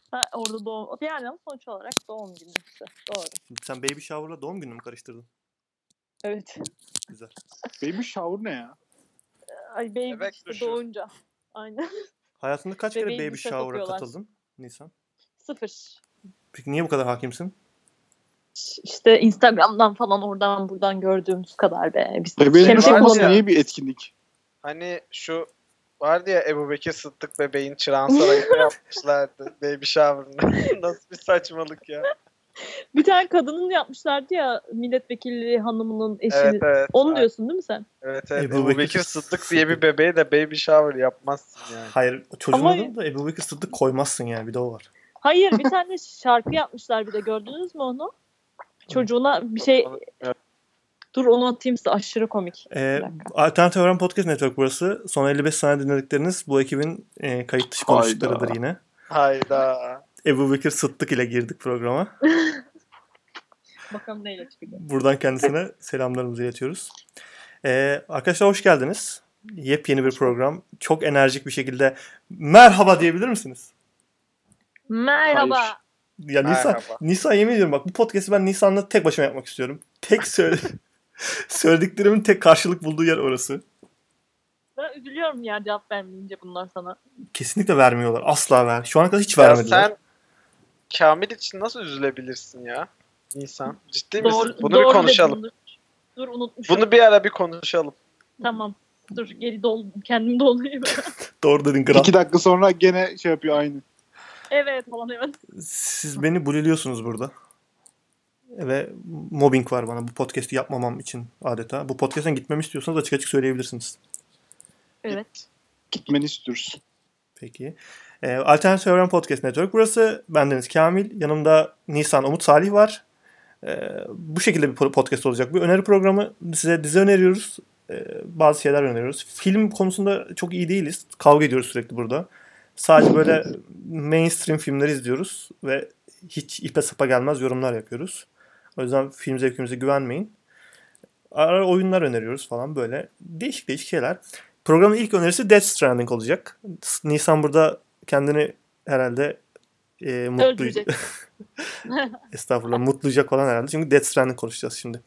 Ha, orada doğum. Yani ama sonuç olarak doğum günü işte. Doğru. Sen baby shower'la doğum gününü mü karıştırdın? Evet. Güzel. Baby shower ne ya? Ay baby Bebek işte düşü. doğunca. Aynen. Hayatında kaç kere Bebeği baby duşa shower'a sokuyorlar. katıldın Nisan? 0. Peki niye bu kadar hakimsin? İşte Instagram'dan falan oradan buradan gördüğümüz kadar be. Biz Bebeğin şemsiye duşu olması kullanıyoruz. niye bir etkinlik? Hani şu vardı ya, Ebubekir Sıddık bebeğin Çırağan Sarayı'nda yapmışlardı. Baby shower'ını. Nasıl bir saçmalık ya. Bir tane kadının yapmışlardı ya, milletvekili hanımının eşini. Evet evet. Onu diyorsun değil mi sen? Evet. Ebubekir Ebubekir Sıddık diye bir bebeğe de baby shower yapmazsın yani. Hayır, çocuğun Ama- adını da Ebubekir Sıddık koymazsın yani, bir de o var. Hayır, bir tane şarkı yapmışlar bir de, gördünüz mü onu? Çocuğuna bir şey... Dur onu atayım size, aşırı komik. Bir dakika. Alternatif Öğren Podcast Network burası. Son 55 sene dinledikleriniz bu ekibin kayıt dışı konuştuklarıdır yine. Hayda. Ebubekir Sıddık ile girdik programa. Bakalım neyle çıkacak. Buradan kendisine selamlarımızı iletiyoruz. Arkadaşlar hoş geldiniz. Yepyeni bir program. Çok enerjik bir şekilde merhaba diyebilir misiniz? Merhaba. Hayır. Ya Merhaba. Nisan yemin ediyorum bak, bu podcast'i ben Nisan'la tek başıma yapmak istiyorum. Tek söylediklerimin tek karşılık bulduğu yer orası. Ben üzülüyorum ya cevap vermeyince bunlar sana. Kesinlikle vermiyorlar. Asla ver. Şu ana kadar hiç Ya vermediler. sen Kamil için nasıl üzülebilirsin ya? Nisan. Ciddi misin? Doğru, Bunu doğru bir konuşalım. dedim, dur unutmuşum. Bunu bir ara bir konuşalım. Tamam. Dur geri kendim doldurayım. Doğru dedin kral. 2 dakika sonra gene şey yapıyor aynı. Evet falan evet. Siz beni buliliyorsunuz burada. Ve mobbing var bana bu podcast'i yapmamam için adeta. Bu podcast'ten gitmemi istiyorsanız açık açık söyleyebilirsiniz. Evet. Gitmeni istiyoruz. Peki. Alternatif Öğren Podcast Network burası. Bendeniz Kamil. Yanımda Nisan, Umut, Salih var. Bu şekilde bir podcast olacak. Bir öneri programı. Size dizi öneriyoruz. Bazı şeyler öneriyoruz. Film konusunda çok iyi değiliz. Kavga ediyoruz sürekli burada. Sadece böyle mainstream filmleri izliyoruz ve hiç ipe sapa gelmez yorumlar yapıyoruz. O yüzden film zevkimize güvenmeyin. Ara oyunlar öneriyoruz falan, böyle değişik değişik şeyler. Programın ilk önerisi Death Stranding olacak. Nisan burada kendini herhalde Öldürecek. estağfurullah, mutlayacak falan herhalde. Çünkü Death Stranding konuşacağız şimdi.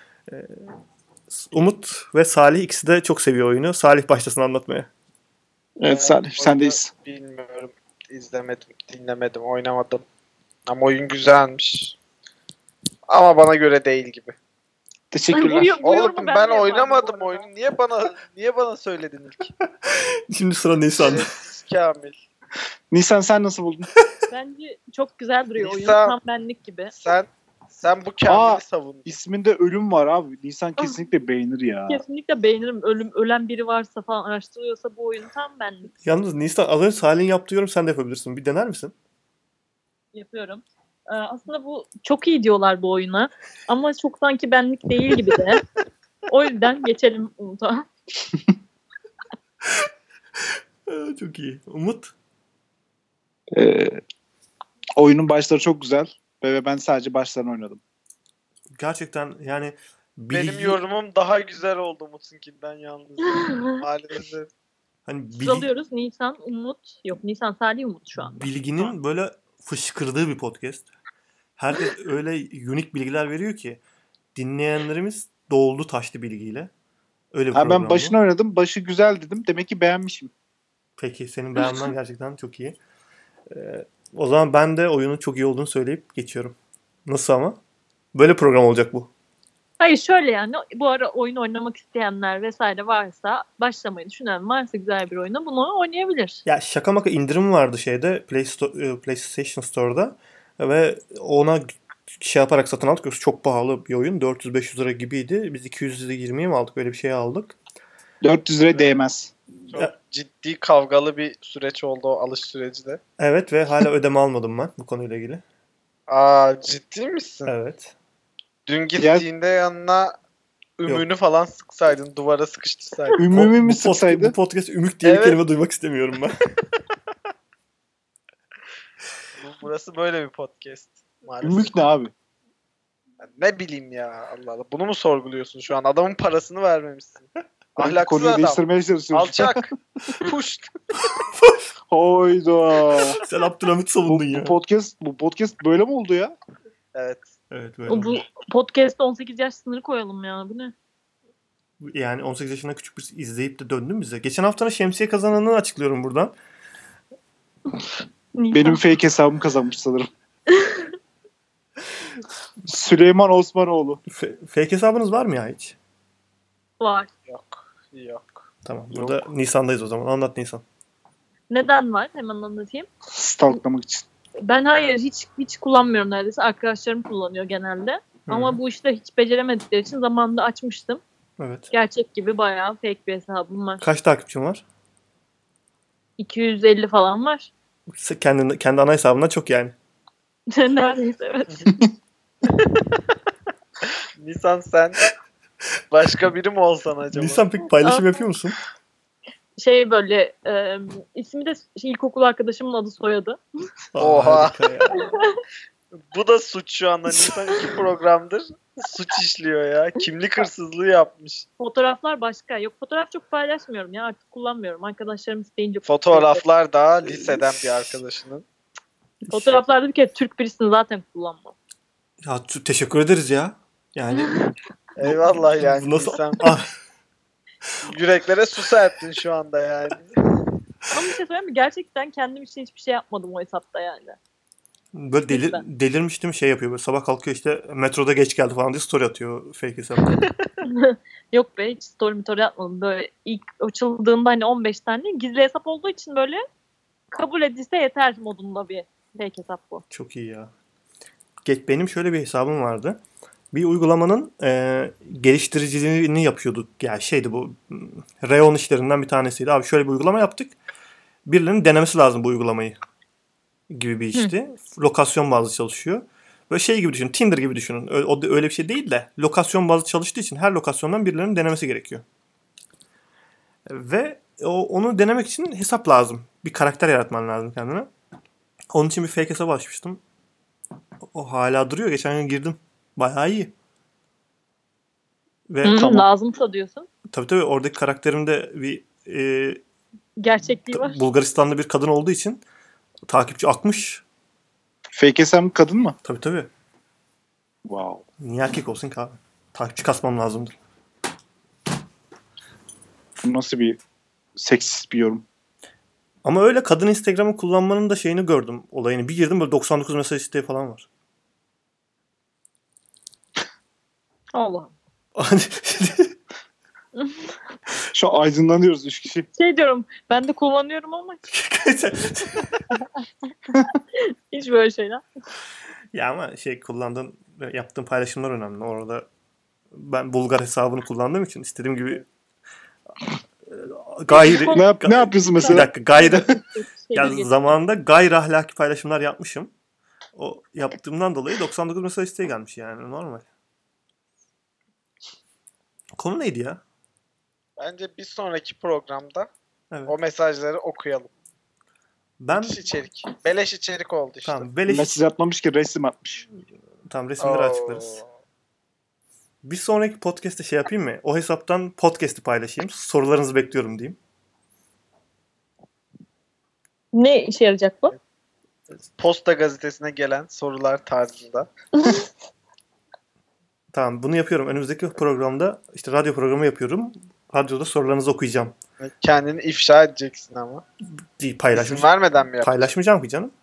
Umut ve Salih ikisi de çok seviyor oyunu. Salih başlasın anlatmaya. Evet Salih sendeyiz. Bilmiyorum. İzlemedim, dinlemedim, oynamadım. Ama oyun güzelmiş. Ama bana göre değil gibi. Teşekkürler. Bu yorumu Oğlum ben ben de yapardım oynamadım bu arada. oyunu. Niye bana söyledin ilk? Şimdi sıra Nisan'da. Şerefsiz Kamil. Nisan sen nasıl buldun? Bence çok güzel duruyor oyun. Nisan- Tam benlik gibi. Sen bu Kamil'i Aa, savun. İsminde ölüm var abi. Nisan kesinlikle beğenir ya. Kesinlikle beğenirim. Ölen biri varsa falan araştırıyorsa bu oyun tam benlik. Yalnız Nisan, az önce Salih'in yaptığı yorum sen de yapabilirsin. Bir dener misin? Yapıyorum. Aslında bu çok iyi diyorlar bu oyuna. Ama çok sanki benlik değil gibi de. O yüzden geçelim Umut'a. Çok iyi. Umut? Oyunun başları çok güzel. Ve ben sadece başlarını oynadım. Gerçekten yani Benim yorumum daha güzel oldu Umut'unkinden yalnız. Maalesef. hani Sıralıyoruz. Nisan, Umut. Yok Nisan, Salih, Umut şu anda. bilginin böyle fışkırdığı bir podcast. Herkes öyle unik bilgiler veriyor ki dinleyenlerimiz doldu taştı bilgiyle. Öyle bir Ha, program ben başını bu. oynadım. Başı güzel dedim. Demek ki beğenmişim. Peki, senin beğenmen gerçekten çok iyi. O zaman ben de oyunun çok iyi olduğunu söyleyip geçiyorum. Nasıl ama? Böyle program olacak bu. Hayır şöyle yani bu ara oyun oynamak isteyenler vesaire varsa, başlamayı düşünen varsa güzel bir oyuna bunu oynayabilir. Ya şaka maka indirim vardı şeyde PlayStation Store'da ve ona şey yaparak satın aldık. Yoksa çok pahalı bir oyun. 400-500 lira gibiydi. Biz 220'ye mi aldık? Öyle bir şey aldık. 400 liraya değmez. Çok ciddi kavgalı bir süreç oldu o alış süreci de. Evet ve hala ödeme almadım ben bu konuyla ilgili. Aa, ciddi misin? Evet. Dün gittiğinde yanına ümünü falan sıksaydın, duvara sıkıştırsaydın. Ümumi mi Bu sıksaydı? podcast ümük diye bir Evet. kelime duymak istemiyorum ben. Burası böyle bir podcast. Maalesef. Ümük ne abi? Ne bileyim ya, Allah Allah. Bunu mu sorguluyorsun şu an? Adamın parasını vermemişsin. Ahlaksız Konuyu adam. değiştirmeye çalışıyorum. Alçak. Puş. Hayda. Sen Abdülhamit savundun ya. Bu podcast böyle mi oldu ya? Evet. Evet böyle. Bu podcast'ta 18 yaş sınırı koyalım ya. Bu ne? Yani 18 yaşında küçük bir izleyip de döndün bize. Geçen haftanın şemsiye kazananını açıklıyorum buradan. Nisan. Benim fake hesabım kazanmış sanırım. Süleyman Osmanoğlu. Fake hesabınız var mı ya hiç? Var. Yok. Tamam. Burada Nisan'dayız o zaman. Anlat Nisan. Neden var? Hemen anlatayım. Stalklamak için. Ben hayır hiç kullanmıyorum neredeyse. Arkadaşlarım kullanıyor genelde. Ama bu işte hiç beceremedikleri için zamanında açmıştım. Evet. Gerçek gibi bayağı fake bir hesabım var. Kaç takipçin var? 250 falan var. Kendi ana hesabından çok yani. Neredeyse evet. Nisan sen başka biri mi olsan acaba? Nisan peki paylaşım yapıyor musun? Şey böyle ismi de ilkokul arkadaşımın adı soyadı. Oha. Harika ya. Bu da suç şu anda. Nisan 2 programdır suç işliyor ya. Kimlik hırsızlığı yapmış. Fotoğraflar başka. Yok fotoğraf çok paylaşmıyorum ya artık kullanmıyorum. Arkadaşlarım isteyince. Fotoğraflar da liseden bir arkadaşının. Fotoğraflarda bir kere Türk birisini zaten kullanmam. Ya teşekkür ederiz ya. Yani Eyvallah yani. bu nasıl... Nisan Ah, yüreklere su serptin şu anda yani. Ama bir şey söyleyeyim mi? Gerçekten kendim için hiçbir şey yapmadım o hesapta yani. böyle delirmiştim şey yapıyor. Böyle sabah kalkıyor işte metroda geç geldi falan diye story atıyor fake hesapta. Yok be hiç story atmadım. Böyle ilk açıldığında hani 15 tane gizli hesap olduğu için böyle kabul edilse yeter modunda bir fake hesap bu. Çok iyi ya. Benim şöyle bir hesabım vardı. Bir uygulamanın geliştiriciliğini yapıyorduk. Yani şeydi bu. Reon işlerinden bir tanesiydi. Abi şöyle bir uygulama yaptık. Birilerinin denemesi lazım bu uygulamayı. Gibi bir işti. Lokasyon bazlı çalışıyor. Böyle şey gibi düşünün. Tinder gibi düşünün. Öyle bir şey değil de lokasyon bazlı çalıştığı için her lokasyondan birilerinin denemesi gerekiyor. Ve onu denemek için hesap lazım. Bir karakter yaratman lazım kendine. Onun için bir fake hesap açmıştım. O hala duruyor. Geçen gün girdim. Bayağı iyi. Ve Tamam. Lazımsa diyorsun. tabii oradaki karakterimde bir Gerçekliği var. Bulgaristanlı bir kadın olduğu için takipçi akmış. Fake hesabım kadın mı? Tabii. Wow. Niye erkek olsun ki abi? Takipçi kasmam lazımdır. Bu nasıl bir seksist bir yorum? Ama öyle kadın Instagram'ı kullanmanın da şeyini gördüm. Olayını. Bir girdim böyle 99 mesaj isteği falan var. Allah. Şu an aydınlanıyoruz 3 kişi. Şey diyorum ben de kullanıyorum ama hiç böyle şeyler. Ya ama yaptığım paylaşımlar önemli. Orada ben Bulgar hesabını kullandığım için istediğim gibi gayri... Ne yapıyorsun Bir mesela? dakika gayri... Şey Yani değil. zamanında gayri ahlaki paylaşımlar yapmışım. O yaptığımdan dolayı 99 mesaj isteği gelmiş yani normal. Konu neydi ya? Bence bir sonraki programda Evet. o mesajları okuyalım. Ben Müthiş içerik. Beleş içerik oldu işte. tamam beleş Mesaj atmamış ki resim atmış. tamam resimleri Oo. açıklarız. Bir sonraki podcast'te şey yapayım mı? O hesaptan podcast'i paylaşayım. Sorularınızı bekliyorum diyeyim. Ne işe yarayacak bu? Posta gazetesine gelen sorular tarzında. Tamam bunu yapıyorum. Önümüzdeki programda işte radyo programı yapıyorum. Radyoda sorularınızı okuyacağım. Kendini ifşa edeceksin ama. İzin vermeden mi yapacaksın? Paylaşmayacağım ki canım.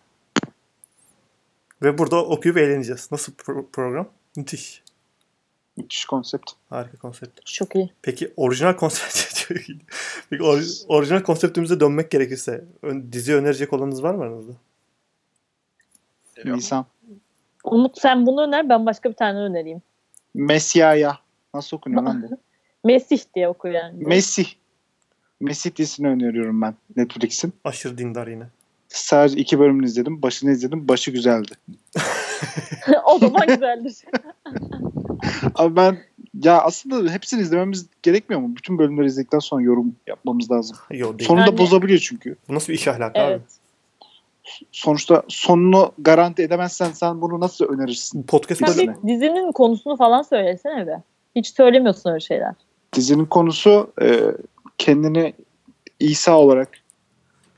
Ve burada okuyup eğleneceğiz. Nasıl program? Müthiş. Müthiş konsept. Harika konsept. Çok iyi. Peki orijinal konsept çok iyi. Peki orijinal konseptimize dönmek gerekirse dizi önerecek olanınız var mı aranızda? Geliyor mu? Nisan. Umut sen bunu öner ben başka bir tane önereyim. Messiah'ya. Nasıl okunuyor lan bu? Mesih diye oku yani. Mesih. Mesih dizisini öneriyorum ben Netflix'in. Aşırı dindar yine. Sadece 2 bölümünü izledim. Başını izledim. Başı güzeldi. O zaman güzeldir. Abi ben ya aslında hepsini izlememiz gerekmiyor mu? Bütün bölümleri izledikten sonra yorum yapmamız lazım. Yok değil. Sonunda Yani- bozabiliyor çünkü. Bu nasıl bir iş ahlakı abi? Evet. Sonuçta sonunu garanti edemezsen sen bunu nasıl önerirsin? Bu podcast Sen böyle... bir dizinin konusunu falan söylesene be. Hiç söylemiyorsun öyle şeyler. Dizinin konusu kendini İsa olarak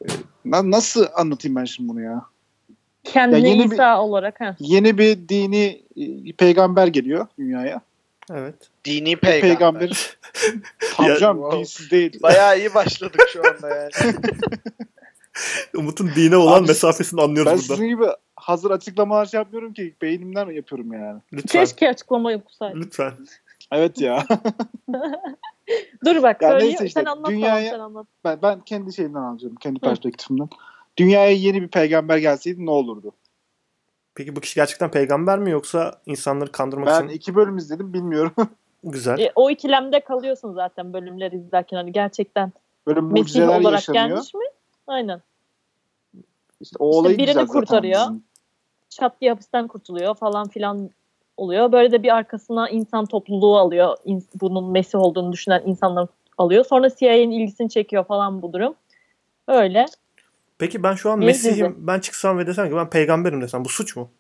Nasıl anlatayım ben şimdi bunu ya? Kendini Ya yeni İsa olarak. Ha. Yeni bir dini peygamber geliyor dünyaya. Evet. Dini Bu peygamber. peygamberin tabii Ya, canım wow. dinsiz değil. Bayağı iyi başladık şu anda yani. Umut'un dine olan Abi, mesafesini anlıyoruz Ben burada. sizin gibi hazır açıklamalar şey yapmıyorum ki beynimden yapıyorum yani. Lütfen. Keşke açıklama okusaydı. Lütfen. Evet ya. Dur bak Ya söyleyeyim. neyse işte, Sen anlat dünyaya- tamam sen anlat. Ben kendi şeyimden anlatıyorum. Kendi perspektifimden. Dünyaya yeni bir peygamber gelseydi ne olurdu? Peki bu kişi gerçekten peygamber mi yoksa insanları kandırmak Ben için? 2 bölüm izledim bilmiyorum. Güzel. O ikilemde kalıyorsun zaten bölümleri izlerken. Hani gerçekten Böyle Mesih mucizeler olarak yaşanıyor. gelmiş mi? Aynen. İşte o olayı birini güzel zaten kurtarıyor. dizinin. Çat diye hapisten kurtuluyor falan filan oluyor. Böyle de bir arkasına insan topluluğu alıyor. Bunun Mesih olduğunu düşünen insanlar alıyor. Sonra CIA'nin ilgisini çekiyor falan bu durum. Öyle. Peki ben şu an Bir Mesih'im. dizi. Ben çıksam ve desem ki ben peygamberim desem bu suç mu?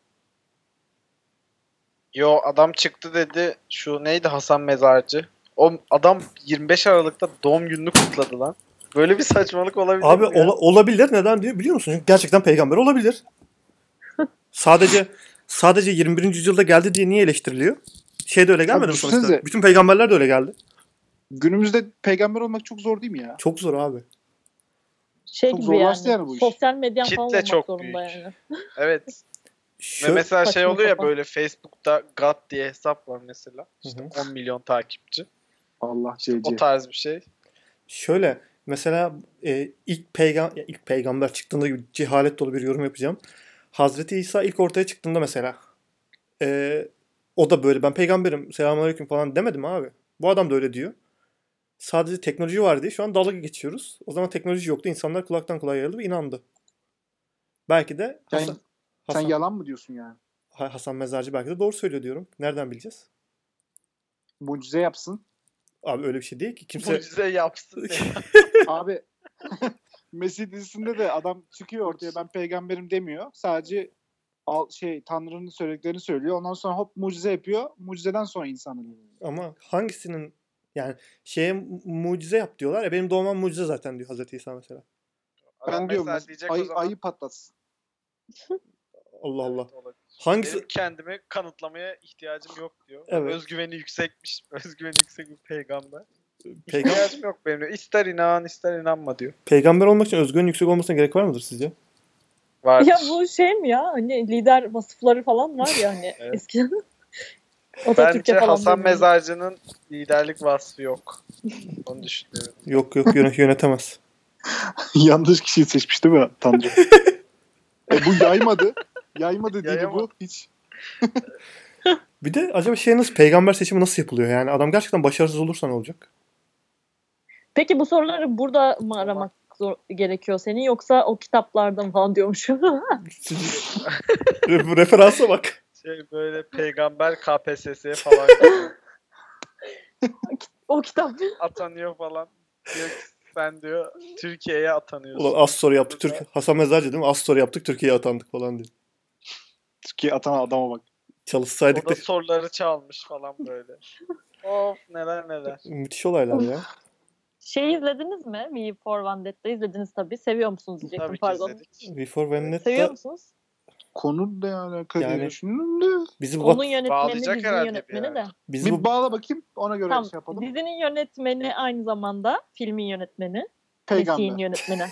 Yo adam çıktı dedi. Şu neydi Hasan Mezarcı? O adam 25 Aralık'ta doğum gününü kutladı lan. Böyle bir saçmalık olabilir Abi mi ya? olabilir. Neden diyor biliyor musun? Çünkü gerçekten peygamber olabilir. Sadece 21. yüzyılda geldi diye niye eleştiriliyor? Şey de öyle gelmedi mi sonuçta? düşünsenize. Bütün peygamberler de öyle geldi. Günümüzde peygamber olmak çok zor değil mi ya? Çok zor abi. Şey Çok gibi zorlaştı yani. yani bu iş. Sosyal medyan Kitle falan olmak çok zorunda büyük. yani. Evet. Ve Şö- mesela şey Saçma oluyor ya sapan. böyle Facebook'ta God diye hesap var mesela. İşte Hı 10 milyon takipçi. Allah İşte CC. o tarz bir şey. Şöyle mesela ilk peygamber çıktığında gibi cehalet dolu bir yorum yapacağım. Hazreti İsa ilk ortaya çıktığında mesela e, o da böyle ben peygamberim selamünaleyküm falan demedim abi. Bu adam da öyle diyor. Sadece teknoloji var diye şu an dalga geçiyoruz. O zaman teknoloji yoktu. İnsanlar kulaktan kulağa yayıldı ve inandı. Belki de Yani sen Hasan, yalan mı diyorsun yani? Hasan Mezarcı belki de doğru söylüyor diyorum. Nereden bileceğiz? Mucize yapsın. Abi öyle bir şey değil ki. Kimse Mucize yapsın diye. Abi Mesih dizisinde de adam çıkıyor ortaya ben peygamberim demiyor. Sadece Tanrı'nın söylediklerini söylüyor. Ondan sonra hop mucize yapıyor. Mucizeden sonra insanlar inanıyor. ama hangisinin yani mucize yap diyorlar. Benim doğmam mucize zaten diyor Hazreti İsa mesela. Adam Ben diyorum mesela diyecek o zaman. ayı patlatsın. Allah Allah. Evet, olabilir. Hangisi? Benim kendimi kanıtlamaya ihtiyacım yok diyor. Evet. Özgüveni yüksekmiş. Özgüveni yüksek bir peygamber. Peygamber, İhtiyacım yok benim diyor. İster inan ister inanma diyor. peygamber olmak için özgüvenin yüksek olmasına gerek var mıdır sizce? Vardır. Ya bu şey mi ya? Hani lider vasıfları falan var ya hani Evet. eskiden. Bence Atatürk'e falan Hasan dönüyor. Mezarcı'nın liderlik vasfı yok. Onu düşünüyorum. Yok yönetemez. Yanlış kişiyi seçmiş değil mi Tanrı? Bu yaymadı. Yaymadı dini Yayamadı. bu. Hiç. Bir de acaba peygamber seçimi nasıl yapılıyor? Yani adam gerçekten başarısız olursa ne olacak? Peki bu soruları burada mı aramak gerekiyor senin yoksa o kitaplarda mı falan diyormuşum. Referansa bak. Böyle peygamber KPSS'ye falan gidiyor. O kitap. Atanıyor falan. Diyor ki sen diyor Türkiye'ye atanıyorsun. Ulan az soru yaptık. Burada- Hasan Mezarcı değil mi? Az soru yaptık Türkiye'ye atandık falan diyor. Türkiye atan adama bak. Çalışsaydık O da da soruları çalmış falan böyle. Of neler neler. müthiş olaylar ya. Şey izlediniz mi? V for Vendetta izlediniz tabii. Seviyor musunuz diyecektim Tabii ki pardon. izledik. Before Vendetta Seviyor musunuz? Konu ne alaka Yani- diye düşündüm de. bizi Onun bu yönetmeni, Bağlayacak dizinin herhalde bir yönetmeni yerde. de. bizi Bir bu bağla bakayım ona göre Tam şey yapalım. dizinin yönetmeni aynı zamanda filmin yönetmeni. Mesih'in Peygamber. yönetmeni.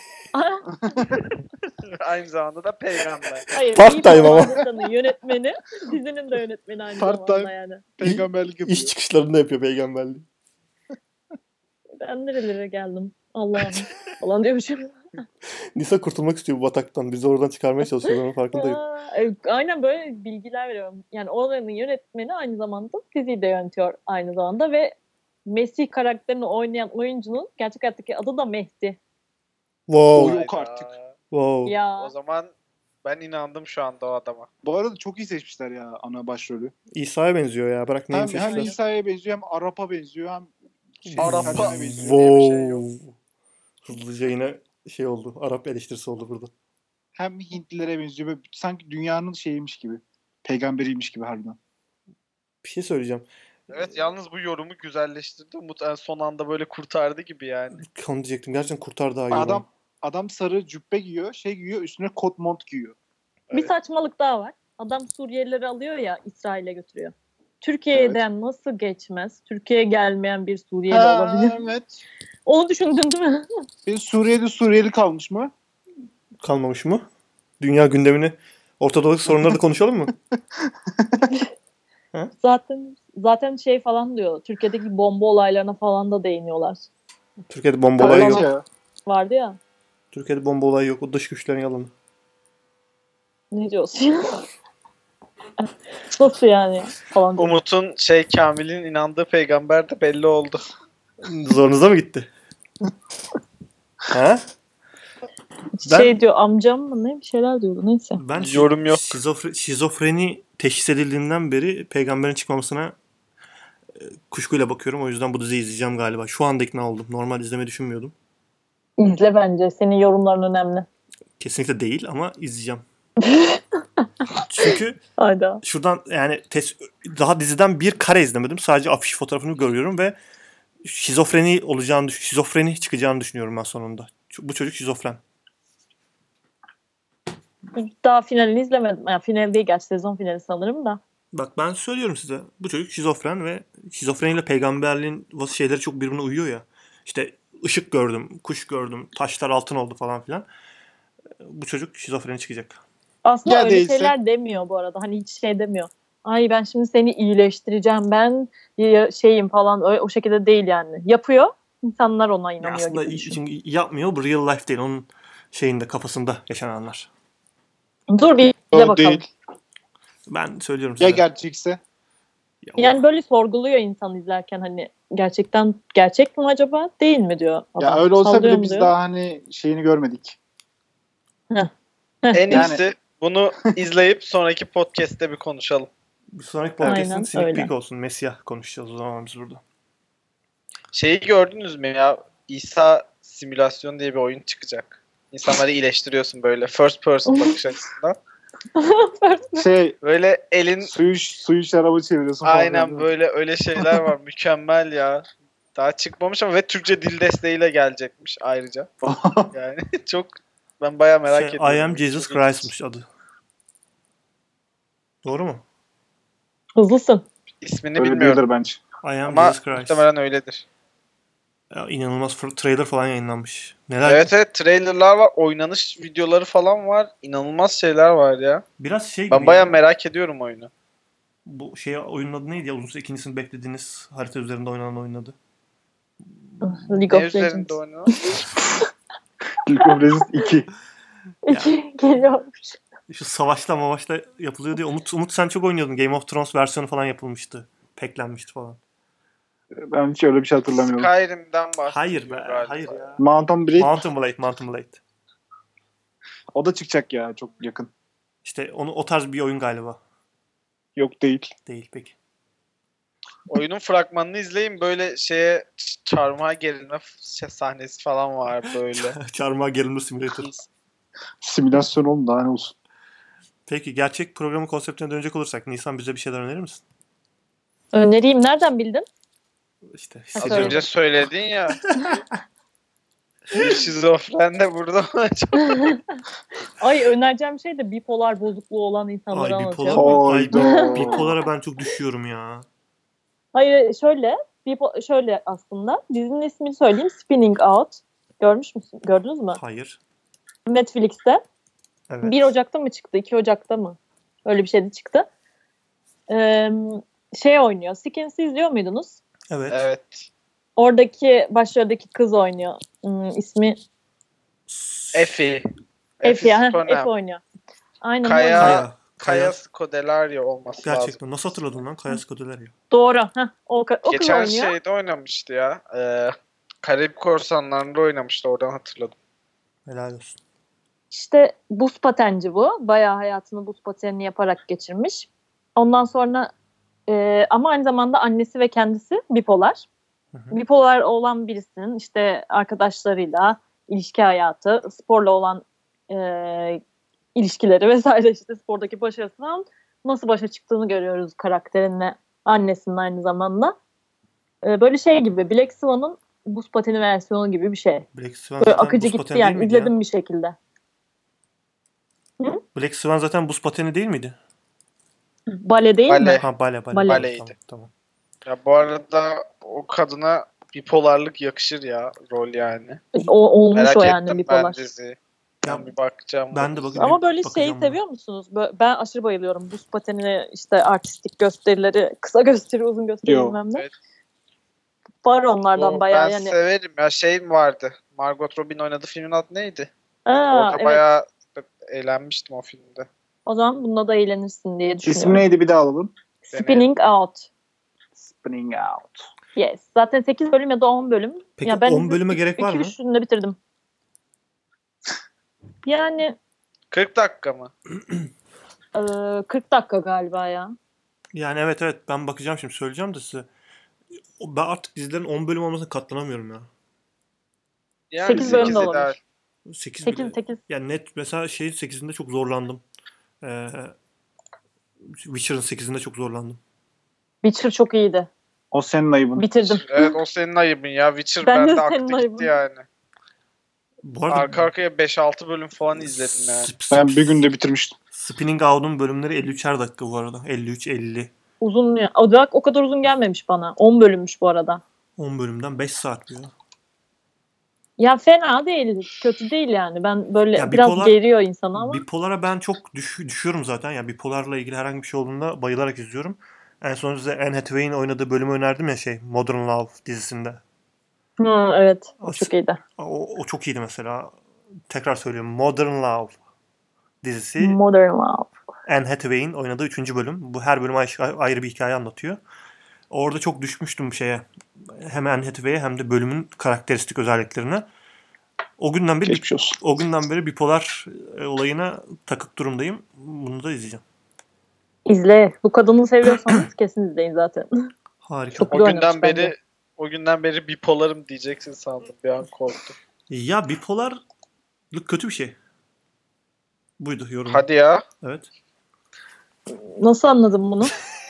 Aynı zamanda da peygamber. Hayır, Part-time V for ama. Vendetta'nın yönetmeni, dizinin de yönetmeni aynı Part-time. zamanda yani. Peygamberlik yapıyor. iş çıkışlarında yapıyor peygamberliği. Ben nerelere geldim? Allah'ım falan diyormuşum. Nisa kurtulmak istiyor bu bataktan. Bizi oradan çıkarmaya çalışıyor. Ben onun farkındayım. Aynen böyle bilgiler veriyorum. Yani oranın yönetmeni aynı zamanda diziyi de yönetiyor aynı zamanda ve Mesih karakterini oynayan oyuncunun gerçek hayattaki adı da Mehdi. Wow. Oy. Yok Hayda. artık. Wow. Ya O zaman ben inandım şu anda o adama. Bu arada çok iyi seçmişler ya ana başrolü. İsa'ya benziyor ya. Bırak Hem, neyini hem seçtiler. İsa'ya benziyor hem Arap'a benziyor hem Arap'a Arap'a benziyor. diye bir şey yok. Hızlıca yine şey oldu. Arap eleştirisi oldu burada. Hem Hintlilere benziyor. Böyle sanki dünyanın şeyiymiş gibi. Peygamberiymiş gibi harbiden. Bir şey söyleyeceğim. Evet yalnız bu yorumu güzelleştirdi. Umut en son anda böyle kurtardı gibi yani. Onu diyecektim. Gerçekten kurtardı ha yorumu. Adam Adam sarı cübbe giyiyor, şey giyiyor, üstüne kot mont giyiyor. Bir saçmalık daha var. Adam Suriyelileri alıyor ya, İsrail'e götürüyor. Türkiye'den nasıl geçmez? Türkiye'ye gelmeyen bir Suriyeli olabilir. Evet. Onu düşündün değil mi? Bir Suriyeli kalmış mı? Kalmamış mı? Dünya gündemini, Orta Doğu sorunları da konuşalım mı? Zaten şey falan diyor. Türkiye'deki bomba olaylarına falan da değiniyorlar. Türkiye'de bomba olayı Evet yok. ya. Vardı ya. Türkiye'de bomba olayı yok. O dış güçlerin yalanı. Ne diyorsun ya? Nasıl yani? Falan diyor. Umut'un Kamil'in inandığı peygamber de belli oldu. Zorunuza mı gitti? Ha? Şey diyor, amcam mı ne bir şeyler diyordu, neyse. Ben Yorum yok. şizofreni teşhis edildiğinden beri peygamberin çıkmamasına kuşkuyla bakıyorum. O yüzden bu diziyi izleyeceğim galiba. Şu anda ikna oldum. Normal izlemeyi düşünmüyordum. İzle bence. Senin yorumların önemli. Kesinlikle değil ama izleyeceğim. Çünkü Hayda. şuradan yani daha diziden bir kare izlemedim. Sadece afiş fotoğrafını görüyorum ve şizofreni çıkacağını düşünüyorum ben sonunda. Bu çocuk şizofren. Daha finalini izlemedim. Yani final değil, gerçi sezon finali sanırım da. Bak ben söylüyorum size. Bu çocuk şizofren ve şizofreniyle peygamberliğin şeyleri çok birbirine uyuyor ya. İşte ışık gördüm, kuş gördüm, taşlar altın oldu falan filan. Bu çocuk şizofreni çıkacak. Aslında Ya öyle değilse? şeyler demiyor bu arada. Hani hiç şey demiyor. Ay ben şimdi seni iyileştireceğim, ben şeyim falan, öyle, o şekilde değil yani. Yapıyor. İnsanlar ona Ya inanıyor aslında gibi düşün. çünkü yapmıyor. Bu real life değil. Onun şeyinde, kafasında yaşananlar. Dur bir izle O bakalım. değil. Ben söylüyorum Ya size. gerçekse? Ya Yani böyle sorguluyor insan izlerken, hani gerçekten gerçek mi acaba, değil mi diyor adam. Ya öyle olsa Sallıyor bile mu biz diyor. daha hani şeyini görmedik. En Yani- iyisi bunu izleyip sonraki podcast'te bir konuşalım. bir sonraki podcast'ın Aynen sneak öyle. peek olsun. Mesih konuşacağız o zaman biz burada. Şeyi gördünüz mü ya? İsa Simülasyon diye bir oyun çıkacak. İnsanları iyileştiriyorsun böyle first person bakış açısından. Şey Böyle elin suyu şaraba çeviriyorsun falan. aynen değil mi? böyle öyle şeyler var. Mükemmel ya. Daha çıkmamış ama ve Türkçe dil desteğiyle gelecekmiş ayrıca. Yani çok ben bayağı merak ediyorum. I am Jesus Çok ilginç. Christ'mış adı. Doğru mu? Hızlısın. İsmini Öyle bilmiyorum değildir bence. I am ama Jesus Christ. muhtemelen öyledir. Ya, inanılmaz trailer falan yayınlanmış. Neler? Evet trailerlar var, oynanış videoları falan var. İnanılmaz şeyler var ya. Biraz şey gibi Ben bayağı ya. merak ediyorum oyunu. Bu oyunun adı neydi ya? Uzun süre ikincisini beklediğiniz harita üzerinde oynanan oyunun adı. League Ne of üzerinde Legends. oynuyor? League of Legends 2. İki geliyormuş. Şu savaşla yapılıyor diye. Umut sen çok oynuyordun. Game of Thrones versiyonu falan yapılmıştı. Peklenmişti falan. Ben hiç öyle bir şey hatırlamıyorum. Skyrim'den bahsediyor Hayır be. galiba. Hayır ya. Mountain Blade Mountain Blade. o da çıkacak ya çok yakın. İşte o tarz bir oyun galiba. Yok değil. Değil peki. Oyunun fragmanını izleyin, böyle şeye çarmıha gerilme sahnesi falan var böyle. Çarmıha gerilme simülatör. Simülasyon oldu daha ne olsun. Peki gerçek programın konseptine dönecek olursak Nisan bize bir şeyler önerir misin? Önereyim. Nereden bildin? İşte Az Söyledim. önce söyledin ya. Bir şizofren de burada. Ay önereceğim şey de bipolar bozukluğu olan insanları Ay bipolar anlatıyor. mı? Ay Hayda. bipolara ben çok düşüyorum ya. Hayır şöyle aslında. Dizinin ismini söyleyeyim. Spinning Out. Görmüş müsün? Gördünüz mü? Hayır. Netflix'te. Evet. 1 Ocak'ta mı çıktı? 2 Ocak'ta mı? Öyle bir şeydi çıktı. Şey oynuyor. Skins'i izliyor muydunuz? Evet. Evet. Oradaki başroldeki kız oynuyor. İsmi Effie. Effie. Stonem. Effie oynuyor. Aynen Kaya- oynuyor. Kaya. Kaya Scodelario olması lazım. Gerçekten. Nasıl hatırladın lan? Kaya Scodelario. Doğru. O kız Geçen oynuyor. şeyde oynamıştı ya. Karayip Korsanları'nda oynamıştı. Oradan hatırladım. Helal olsun. İşte buz patenci bu. Bayağı hayatını buz patenini yaparak geçirmiş. Ondan sonra ama aynı zamanda annesi ve kendisi bipolar. Hı hı. Bipolar olan birisinin işte arkadaşlarıyla ilişki hayatı, sporla olan ilişkileri vesaire, işte spordaki başarısından nasıl başa çıktığını görüyoruz karakterinle, annesinin aynı zamanda. Böyle şey gibi, Black Swan'ın buz pateni versiyonu gibi bir şey. Black Swan Böyle zaten akıcı buz gitti pateni değil yani. miydi İzledim ya? bir şekilde. Black Swan zaten buz pateni değil miydi? Bale değil Bale. mi? Ha bale. Bale. Baleydi. Tamam. Ya bu arada o kadına bipolarlık yakışır ya rol yani. Olmuş Merak o yani ettim bipolar. ben diziyi. Ya, Ben bir bakacağım. ben de bu bakayım. Ama böyle şeyi bakacağım buna. seviyor musunuz? Ben aşırı bayılıyorum. Buz patenine işte artistik gösterileri, kısa gösteri, uzun gösteri Yo. bilmem ne. Evet. Var onlardan O, bayağı ben yani. severim ya. Şey mi vardı? Margot Robbie oynadığı filmin adı neydi? Aa, Orada evet. bayağı eğlenmiştim o filmde. O zaman bununla da eğlenirsin diye İsmi düşünüyorum. neydi bir daha alalım. Spinning Out. Spinning Out. Yes. Zaten 8 bölüm ya da 10 bölüm. Peki ya ben 10 bölüme gerek var mı? 2-3'ünde bitirdim. Yani 40 dakika mı? 40 dakika galiba ya. Yani evet ben bakacağım şimdi söyleyeceğim de size. Ben artık dizilerin 10 bölüm olmasına katlanamıyorum ya. Yani 8 bölüm de 8 ideal. olabilir. 8 8 bile. 8. Yani net mesela şeyin 8'inde çok zorlandım. Witcher'ın 8'inde çok zorlandım. Witcher çok iyiydi. O senin ayıbın. Bitirdim. Evet o senin ayıbın ya. Witcher Ben de bende senin aktı ayıbın. gitti yani. Bu arada Arka arkaya 5-6 bölüm falan izledim yani. Ben bir günde bitirmiştim. Spinning Out'un bölümleri 53'er dakika bu arada. 53-50. Uzun ya. O kadar uzun gelmemiş bana. 10 bölümmüş bu arada. 10 bölümden 5 saat bu ya. Ya fena değil. Kötü değil yani. Ben böyle Ya biraz bipolar- geriyor insanı ama. Bipolar'a ben çok düşüyorum zaten. Ya bipolarla ilgili herhangi bir şey olduğunda bayılarak izliyorum. En son size Anne Hathaway'in oynadığı bölümü önerdim ya Modern Love dizisinde. Evet. O çok iyiydi. O çok iyiydi mesela. Tekrar söylüyorum. Modern Love dizisi. Modern Love. Anne Hathaway'in oynadığı 3. bölüm. Bu her bölüm ayrı bir hikaye anlatıyor. Orada çok düşmüştüm şeye. Hem Anne Hathaway'e hem de bölümün karakteristik özelliklerine. O günden beri bipolar olayına takık durumdayım. Bunu da izleyeceğim. İzle. Bu kadını seviyorsanız kesin izleyin zaten. Harika. Çok O güzel günden oynamış beri bence. o günden beri bipolarım diyeceksin sandım. Bir an korktum. Ya bipolarlık kötü bir şey. Buydu yorum. Hadi ya. Evet. Nasıl anladın bunu?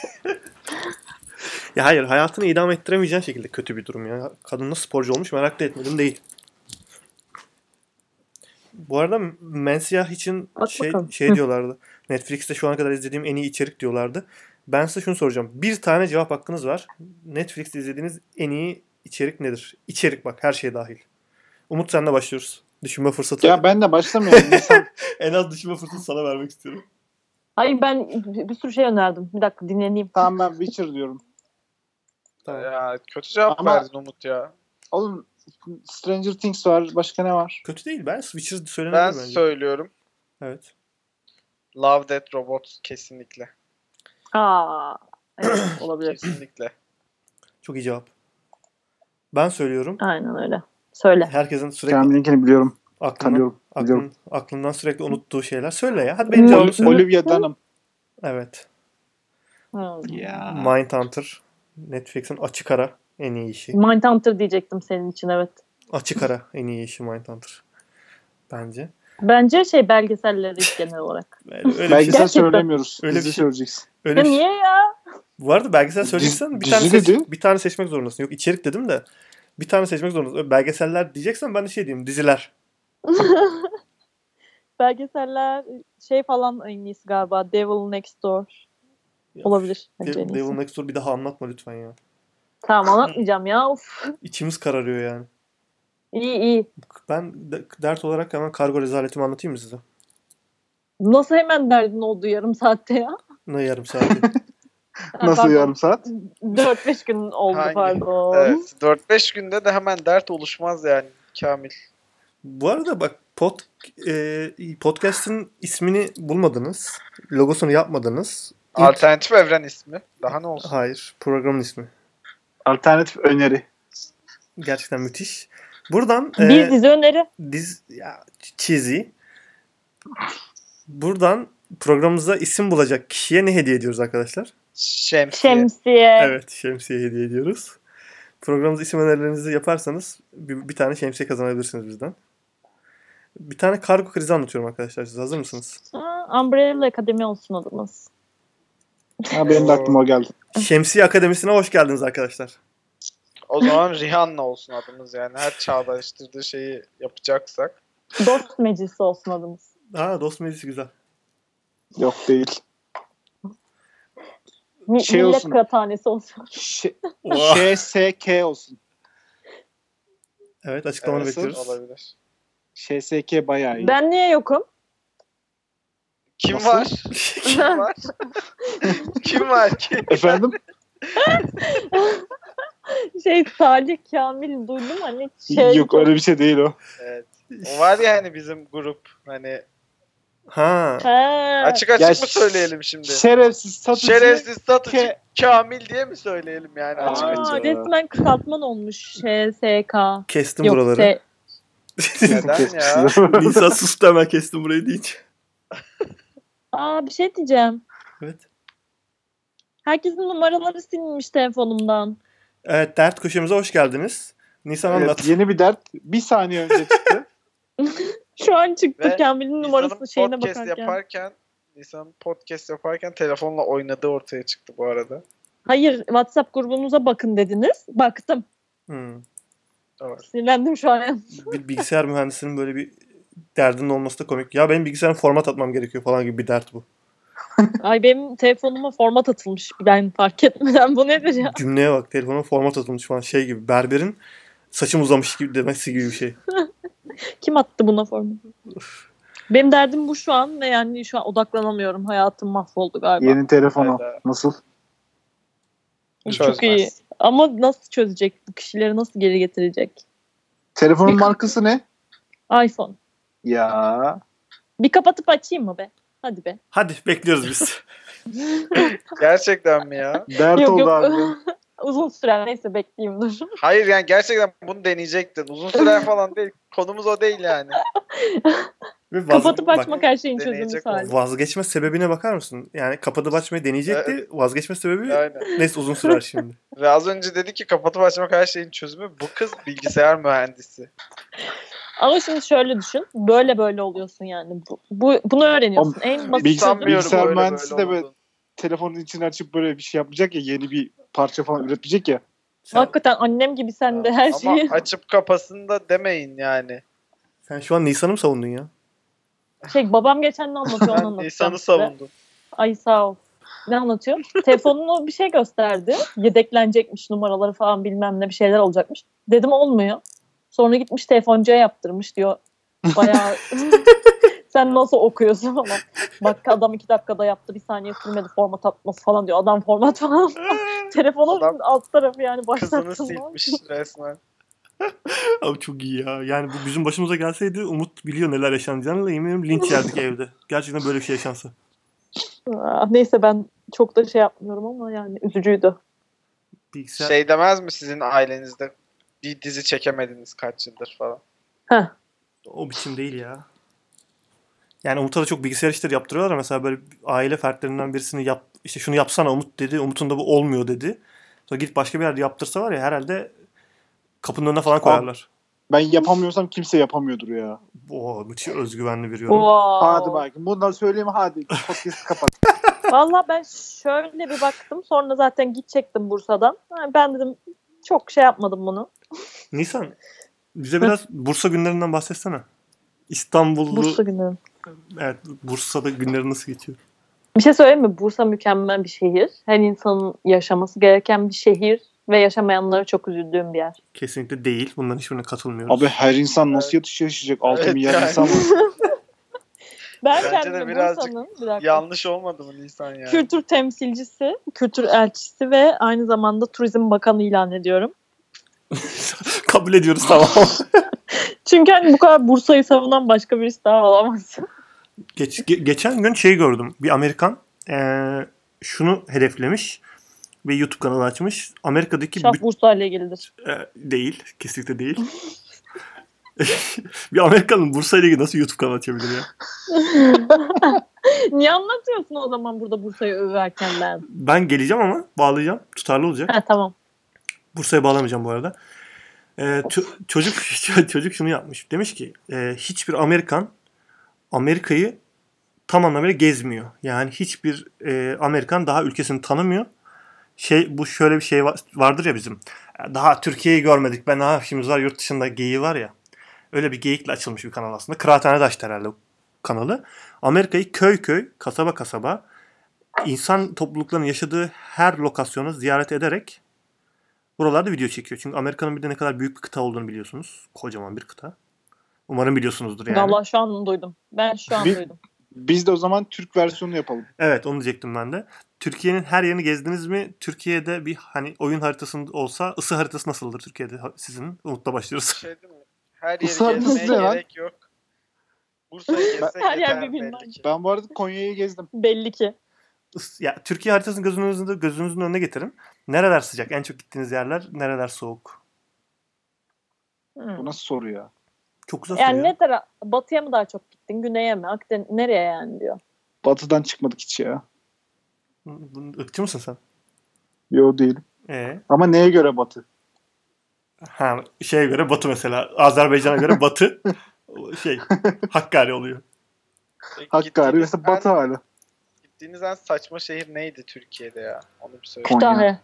Ya hayır, hayatını idame ettiremeyeceğin şekilde kötü bir durum ya. Kadın nasıl sporcu olmuş merak da etmedim değil. Bu arada Mensiyah için Bak bakalım. şey diyorlardı. Netflix'te şu ana kadar izlediğim en iyi içerik diyorlardı. Ben size şunu soracağım. Bir tane cevap hakkınız var. Netflix'te izlediğiniz en iyi içerik nedir? İçerik bak, her şey dahil. Umut, senle başlıyoruz. Düşünme fırsatı. Ya ben de başlamıyorum. En az düşünme fırsatı sana vermek istiyorum. Hayır ben bir sürü şey önerdim. Bir dakika dinleneyim. Tamam ben Witcher diyorum. Tamam. Ya kötü cevap Ama- verdin Umut ya. Oğlum Stranger Things var. Başka ne var? Kötü değil. Ben Switcher Ben söylenebilir bence. söylüyorum. Evet. Love, Death, Robots kesinlikle. Evet olabilir. Kesinlikle. Çok iyi cevap. Ben söylüyorum. Aynen öyle. Söyle. Herkesin sürekli Kamil'inkini biliyorum. Tanıyorum. Biliyorum. aklından sürekli unuttuğu şeyler. Söyle ya. Hadi benim cevabımı söyle. Olivia Dunham. Evet. Ya. Mindhunter. Netflix'in açık ara en iyi işi. Mindhunter diyecektim senin için evet. Açık ara en iyi işi Mindhunter. Bence. Bence belgeselleri genel olarak. Öyle bir şey. Belgesel Gerçekten. söylemiyoruz. Öyle bir Dizi şey. söyleyeceksin. Öyle Ya bir şey. niye ya? Bu arada belgesel söyleyeceksen Dizi bir tane seçmek zorundasın. Yok, içerik dedim de bir tane seçmek zorundasın. Belgeseller diyeceksen ben de şey diyeyim. Diziler. Belgeseller falan en iyisi galiba. Devil Next Door. Ya, Olabilir. Bence en iyisi. Devil Next Door bir daha anlatma lütfen ya. Tamam anlatmayacağım ya. Of. İçimiz kararıyor yani. İyi. Ben dert olarak hemen kargo rezaletimi anlatayım mı size? Nasıl hemen derdin oldu yarım saatte ya? Ne yarım saati? Nasıl yarım saat? 4-5 gün oldu Hangi? pardon. Evet. 4-5 günde de hemen dert oluşmaz yani Kamil. Bu arada bak podcast'ın ismini bulmadınız. Logosunu yapmadınız. Alternatif evren ismi. Daha ne olsun? Hayır. Programın ismi. Alternatif öneri. Gerçekten müthiş. Buradan Bir dizi öneri. cheesy. Buradan programımıza isim bulacak kişiye ne hediye ediyoruz arkadaşlar? Şemsiye. Evet, şemsiye hediye ediyoruz. Programımıza isim önerilerinizi yaparsanız bir tane şemsiye kazanabilirsiniz bizden. Bir tane kargo krizi anlatıyorum arkadaşlar. Siz hazır mısınız? Umbrella Akademi olsun adımız. Ha, benim de aklıma o geldi. Şemsiye Akademisi'ne hoş geldiniz arkadaşlar. O zaman Rihanna olsun adımız yani. Her çağdaştırdığı şeyi yapacaksak. Dost meclisi olsun adımız. Dost meclisi güzel. Yok değil. Şey Millet olsun. kıraathanesi olsun. ŞSK olsun. Evet, açıklamanı Nasıl? bekliyoruz. Olabilir. ŞSK bayağı iyi. Ben niye yokum? Kim Nasıl? var? Kim var? Kim var ki? Efendim? Salih Kamil duydum hani Yok öyle bir şey değil o. Evet. O var ya hani bizim grup hani Ha. açık Ya mı söyleyelim şimdi? Şerefsiz satıcı. Şerefsiz satıcı Ke- Kamil diye mi söyleyelim yani açık açık? Aa, Resmen kısaltman olmuş SK. Kestim Yok buraları. Neden ya? Nisa sustu hemen, kestim burayı deyince. Bir şey diyeceğim. Evet. Herkesin numaraları silinmiş telefonumdan. Evet, dert köşemize hoş geldiniz. Nisan anlat. Evet, yeni bir dert. Bir saniye önce çıktı. Şu an çıktı Ve Kamil'in numarasını şeyine Nisan'ın podcast yaparken telefonla oynadığı ortaya çıktı bu arada. Hayır, WhatsApp grubumuza bakın dediniz. Baktım. Evet. Sinirlendim şu an. Bir bilgisayar mühendisinin böyle bir derdinin olması da komik. Ya benim bilgisayarım format atmam gerekiyor falan gibi bir dert bu. Ay benim telefonuma format atılmış. Ben fark etmeden bu nedir ya? Cümleye bak, telefonuma format atılmış falan, şey gibi. Berberin saçım uzamış gibi demesi gibi bir şey. Kim attı buna formatı? Benim derdim bu şu an ve yani şu an odaklanamıyorum. Hayatım mahvoldu galiba. Yeni telefon al. Evet. Nasıl? Çok iyi. Ama nasıl çözecek? Bu kişileri nasıl geri getirecek? Telefonun markası ne? iPhone. Ya. Bir kapatıp açayım mı be? Hadi be. Hadi bekliyoruz biz. Gerçekten mi ya? Dert Yok, oldu yok. abi. Uzun sürer. Neyse bekleyeyim dur. Hayır yani gerçekten bunu deneyecektin. Uzun sürer falan değil. Konumuz o değil yani. Ve Kapatıp bak, açmak her şeyin çözümü deneyecek Salih. vazgeçme sebebine bakar mısın? Yani kapatıp açmayı deneyecekti. Evet. Vazgeçme sebebi Aynen. neyse uzun sürer şimdi. Ve az önce dedi ki kapatıp açmak her şeyin çözümü. Bu kız bilgisayar mühendisi. Ama şimdi şöyle düşün. Böyle oluyorsun yani. Bunu öğreniyorsun. En basit Bilgisayar- çözüm. bilgisayar böyle mühendisi de böyle- olduğunu. Telefonun içini açıp böyle bir şey yapacak ya, yeni bir parça falan üretmeyecek ya. Hakikaten annem gibi sen de her Ama şeyi. açıp kapasın da demeyin yani. Sen şu an Nisan'ı mı savundun ya? Babam geçen ne anlatıyor onu Ben anlatacağım Nisan'ı size. savundum. Ay sağ ol. Ne anlatıyor? Telefonunu bir şey gösterdi. Yedeklenecekmiş numaraları falan bilmem ne bir şeyler olacakmış. Dedim olmuyor. Sonra gitmiş telefoncuya yaptırmış diyor. Bayağı sen nasıl okuyorsun falan. Bak adam 2 dakikada yaptı, 1 saniye sürmedi format atması falan diyor. Adam format falan. Telefonun Adam alt tarafı yani Kızını başlattım. silmiş resmen. Abi çok iyi ya. Yani bu bizim başımıza gelseydi Umut biliyor neler yaşanacağını da eminim linç yerdik evde. Gerçekten böyle bir şey yaşansa. Neyse ben çok da şey yapmıyorum ama yani üzücüydü. Bilgisayar... Şey demez mi sizin ailenizde bir dizi çekemediniz kaç yıldır falan? Heh. O biçim değil ya. Yani Umut'a da çok bilgisayar işleri yaptırıyorlar. Mesela böyle aile fertlerinden birisini işte şunu yapsana Umut dedi. Umut'un da bu olmuyor dedi. Sonra gidip başka bir yerde yaptırsa var ya herhalde kapının önüne falan koyarlar. Ben yapamıyorsam kimse yapamıyordur ya. Müthiş özgüvenli bir yorum. Wow. Hadi bakayım. Bundan söyleyeyim, hadi. Podcast'ı kapat. Valla ben şöyle bir baktım. Sonra zaten gidecektim Bursa'dan. Ben dedim çok şey yapmadım bunu. Nisan, bize biraz Bursa günlerinden bahsetsene. İstanbullu... Bursa günü. Evet, Bursa'da günleri nasıl geçiyor? Bir şey söyleyeyim mi? Bursa mükemmel bir şehir. Her insanın yaşaması gereken bir şehir ve yaşamayanlara çok üzüldüğüm bir yer. Kesinlikle değil. Bunların hiçbirine katılmıyoruz. Abi her insan nasıl yaşayacak? 6 Evet, milyar yani. insan var. Ben Bence de kendimi birazcık Bursa'nın bir dakika, Yanlış olmadı mı Nisan yani? kültür temsilcisi, kültür elçisi ve aynı zamanda turizm bakanı ilan ediyorum. Kabul ediyoruz, tamam. Çünkü hani bu kadar Bursa'yı savunan başka birisi daha olamaz. Geçen gün şey gördüm. Bir Amerikan şunu hedeflemiş ve YouTube kanalı açmış. Amerika'daki Şaf Bursa ile ilgilidir. değil. Kesinlikle değil. Bir Amerikanın Bursa ile ilgili nasıl YouTube kanalı açabilir ya? Niye anlatıyorsun o zaman burada Bursa'yı överken ben? Ben geleceğim ama bağlayacağım. Tutarlı olacak. Ha tamam. Bursa'ya bağlamayacağım bu arada. Çocuk şunu yapmış. Demiş ki hiçbir Amerikan Amerika'yı tam anlamıyla gezmiyor. Yani hiçbir Amerikan daha ülkesini tanımıyor. Bu şöyle bir şey vardır ya bizim. Daha Türkiye'yi görmedik. Ben ne işimiz var yurt dışında geyiği var ya. Öyle bir geyikle açılmış bir kanal aslında. Kıraathanede açtı herhalde o kanalı. Amerika'yı köy köy, kasaba kasaba insan topluluklarının yaşadığı her lokasyonu ziyaret ederek buralarda video çekiyor. Çünkü Amerika'nın bir de ne kadar büyük bir kıta olduğunu biliyorsunuz. Kocaman bir kıta. Umarım biliyorsunuzdur yani. Vallahi şu an duydum. Ben şu an duydum. Biz de o zaman Türk versiyonu yapalım. Evet, onu diyecektim ben de. Türkiye'nin her yerini gezdiniz mi? Türkiye'de bir hani oyun haritasında olsa ısı haritası nasıldır Türkiye'de sizin? Umut'la başlıyoruz. Şey değil mi? Her Israr yeri gezmeye hızlı lan. gerek yok. Bursa'yı gezsek Her yer yeter bir bilmem. belli ki. Ben bu arada Konya'yı gezdim. Belli ki. Ya Türkiye haritasını gözünüzün önüne getirin. Nereler sıcak? En çok gittiğiniz yerler, nereler soğuk? Bu nasıl soru ya? Çok güzel Yani soru ya. ne taraf? Batıya mı daha çok gittin? Güneye mi? Akdeniz nereye yani diyor. Batı'dan çıkmadık hiç ya. Irkçı mısın sen? Yo değilim. Ama neye göre Batı? Şeye göre Batı mesela. Azerbaycan'a göre Batı Hakkari oluyor. Hakkari mesela Batı hali. Gittiğiniz en saçma şehir neydi Türkiye'de ya? Onu bir söyle. Konya. Kütahya.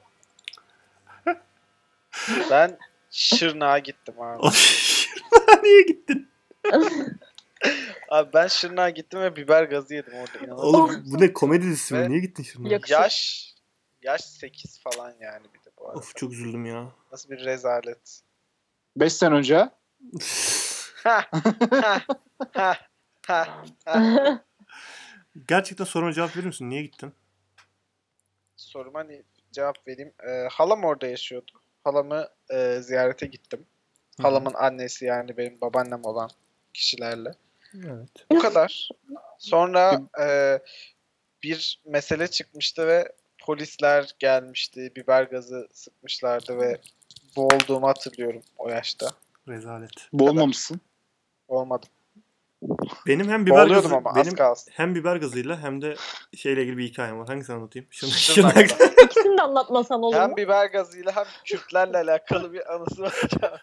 Ben Şırnak'a gittim abi. Niye gittin? Abi ben Şırnak'a gittim ve biber gazı yedim orada. İnanılmaz. Oğlum bu ne komedi dizisi mi? Ve- Niye gittin şuna? Yaş 8 falan yani bir de bu arada. Of çok üzüldüm ya. Nasıl bir rezalet. 5 sene önce. Ha, ha, ha, ha, ha. Gerçekten soruna cevap verir misin? Niye gittin? Soruma hani cevap vereyim. Halam orada yaşıyordu. Halamı ziyarete gittim. Halamın annesi yani benim babaannem olan kişilerle. Evet. Bu kadar. Sonra bir mesele çıkmıştı ve polisler gelmişti. Biber gazı sıkmışlardı ve boğulduğumu hatırlıyorum o yaşta. Rezalet. Boğulmamışsın. Olmadı. Benim hem biber Boğuluyordum gazı, ama az benim kalsın. hem biber gazıyla hem de şeyle ilgili bir hikayem var. Hangisini anlatayım? Şırnak'ta. İkisini de anlatmasan olur Hem mu? biber gazıyla hem Kürtlerle alakalı bir anısı var.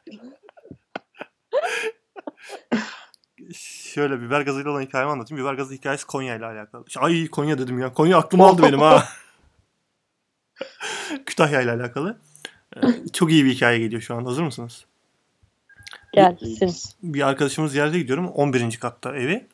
Şöyle biber gazıyla olan hikayemi anlatayım. Biber gazı hikayesi Konya ile alakalı. Ay Konya dedim ya. Konya aklımı aldı benim ha. Kütahya ile alakalı. Çok iyi bir hikaye geliyor şu an. Hazır mısınız? Gelsin. Bir arkadaşımız ziyarete gidiyorum. 11. katta evi.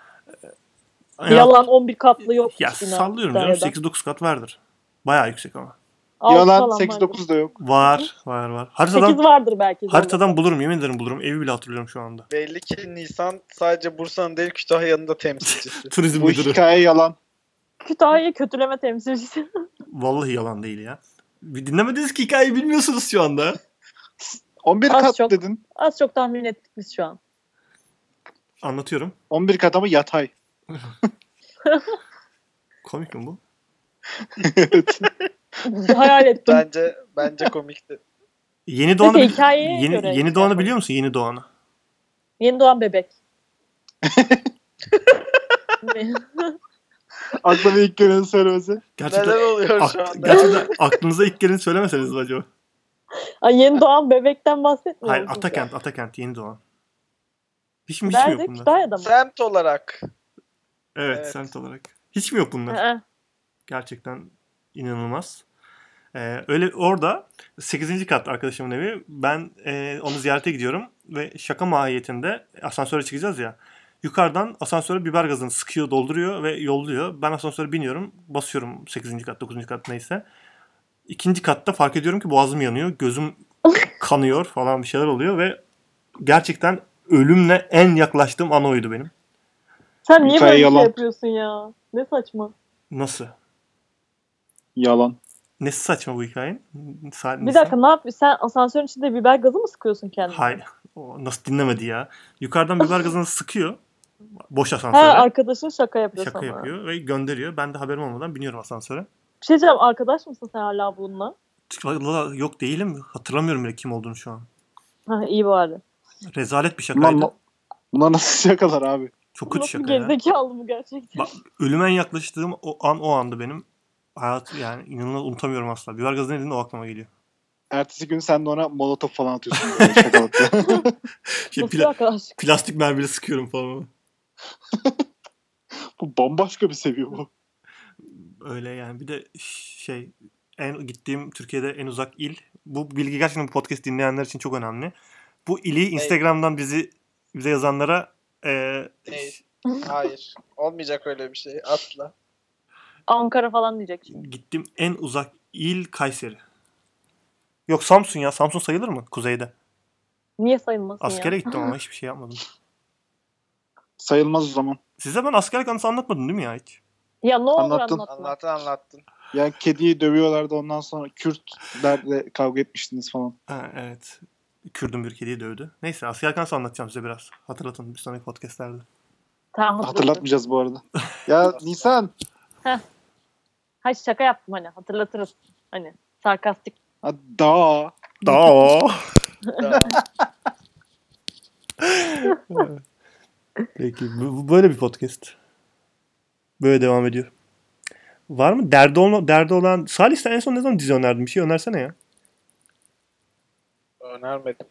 Yalan 11 katlı yok. Ya hiç bina sallıyorum canım. Kütahya'da. 8-9 kat vardır. Bayağı yüksek ama. Altı Yalan falan 8-9 da yok. Var. vardır. Haritadan 8 vardır belki. haritadan bulurum. Yemin ederim bulurum. Evi bile hatırlıyorum şu anda. Belli ki Nisan sadece Bursa'nın değil Kütahya'nın da temsilcisi. Turizm Bu müdürü. hikaye yalan. Kütahya'yı kötüleme temsilcisi. Vallahi yalan değil ya. Bir dinlemediniz ki hikayeyi bilmiyorsunuz şu anda. 11 Az kat çok. dedin. Az çok tahmin ettik biz şu an. Anlatıyorum. 11 kat ama yatay. Komik mi bu? Evet. Hayal ettim. Bence komikti. Yeni Doğan'ı Peki, hikayeye göre Yeni Doğan'ı biliyor musun? Yeni Doğan'ı. Yeni doğan bebek. Aklıma ilk geleni söylemesi. Gerçekten, Neler oluyor şu anda? gerçekten aklınıza ilk geleni söylemeseniz mi acaba? Ay, yeni doğan bebekten bahsetmiyor Hayır, musunuz ya? Atakent Yeni Doğan. Hiç mi yok Nerede? bunlar? Kütahya'da mı? Semt olarak. Evet, Evet. semt olarak. Hiç mi yok bunlar? Hı. Gerçekten inanılmaz. Öyle orada 8. kat arkadaşımın evi. Ben onu ziyarete gidiyorum ve şaka mahiyetinde asansöre çıkacağız ya. Yukarıdan asansöre biber gazını sıkıyor, dolduruyor ve yolluyor. Ben asansöre biniyorum, basıyorum 8. kat, 9. kat neyse. 2. katta fark ediyorum ki boğazım yanıyor, gözüm kanıyor falan bir şeyler oluyor ve gerçekten ölümle en yaklaştığım an oydu benim. Sen niye Hikaye böyle bir yalan. şey yapıyorsun ya? Ne saçma. Nasıl? Yalan. Nesi saçma bu hikayenin? Bir dakika, ne yapıyorsun? Sen asansörün içinde biber gazı mı sıkıyorsun kendine? Hayır. O nasıl dinlemedi ya? Yukarıdan biber gazını sıkıyor. Boş Ha, asansöre. arkadaşın şaka yapıyor Şaka sana. yapıyor ve gönderiyor. Ben de haberim olmadan biniyorum asansöre. Bir şey diyeceğim, arkadaş mısın sen hala bununla? Vallahi yok değilim. Hatırlamıyorum bile kim olduğunu şu an. Ha, iyi bari. Rezalet bir şakaydı. Bunlar nasıl şakalar abi? Çok kötü Nasıl bir şaka ya. gerizekalı bu gerçekten? Bak, ölüme en yaklaştığım o andı benim. Hayat yani inanılmaz unutamıyorum asla. Biber gazı dediğinde o aklıma geliyor. Ertesi gün sen de ona molotof falan atıyorsun. Böyle şakalıkla. Nasıl arkadaşlık? Plastik mermiyle sıkıyorum falan. Bu bambaşka bir seviye bu. Öyle yani. Bir de gittiğim Türkiye'de en uzak il. Bu bilgi gerçekten bu podcast dinleyenler için çok önemli. Bu ili Instagram'dan bize yazanlara Değil. Hayır. Olmayacak öyle bir şey. Asla. Ankara falan diyecek şimdi. gittim en uzak il Kayseri. Yok Samsun ya. Samsun sayılır mı kuzeyde? Niye sayılmasın Askere ya? gittim ama hiçbir şey yapmadım. Sayılmaz o zaman. Size ben askerlik anısı anlatmadım değil mi ya hiç? Ya ne olur Anlattın. anlatma. Anlattın. Ya kediyi dövüyorlardı, ondan sonra Kürtlerle kavga etmiştiniz falan. Ha, evet. Kürdün bir kediyi dövdü. Neyse askerlik anısı anlatacağım size biraz. Hatırlatın bir sonraki podcastlerde. Tamam, Hatırlatmayacağız bu arada. Ya Nisan. Hayır, şaka yaptım hani, hatırlatırız. Hani sarkastik. Daha. Daha. Peki bu böyle bir podcast. Böyle devam ediyor. Var mı derdi olan Salih, sen en son ne zaman dizi önerdin? Bir şey önersene ya. Önermedim.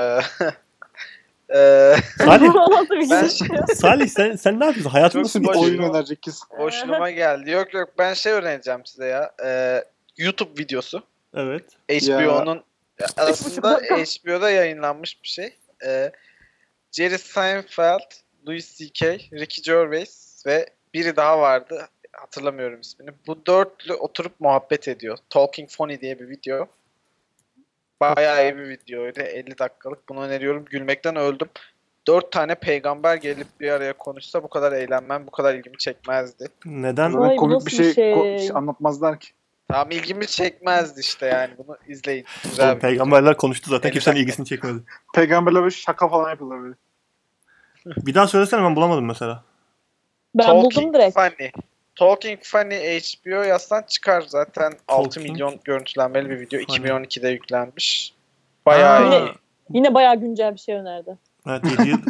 Salih, Nasıl bir Ben şey? Salih sen ne yapıyorsun? Hayatın Çok nasıl Bir boş geçiyor? oyun mu? önerecek kesin. Hoşuma geldi. Yok ben önereceğim size ya. YouTube videosu. Evet. HBO'nun aslında dakika. HBO'da yayınlanmış bir şey. Jerry Seinfeld, Louis C.K., Ricky Gervais ve biri daha vardı. Hatırlamıyorum ismini. Bu dörtlü oturup muhabbet ediyor. Talking Funny diye bir video. Bayağı iyi bir videoydu. 50 dakikalık. Bunu öneriyorum. Gülmekten öldüm. 4 tane peygamber gelip bir araya konuşsa bu kadar eğlenmem, bu kadar ilgimi çekmezdi. Neden? Zaten Ay, bu komik nasıl bir bir şey, şey? anlatmazlar ki. Tamam, ilgimi çekmezdi işte yani. Bunu izleyin. Güzel Oğlum, bir video. peygamberler konuştu zaten. 50 Kimsenin dakika. ilgisini çekmedi. Peygamberler böyle şaka falan yapıyorlar böyle. Bir daha söylesene, ben bulamadım mesela. Ben buldum direkt. Funny. Talking Funny HBO yazsan çıkar zaten. 6 Talking milyon görüntülenmeli bir video. Funny. 2012'de yüklenmiş. Bayağı Ha. iyi. Yine bayağı güncel bir şey önerdi. Evet 7 yıl.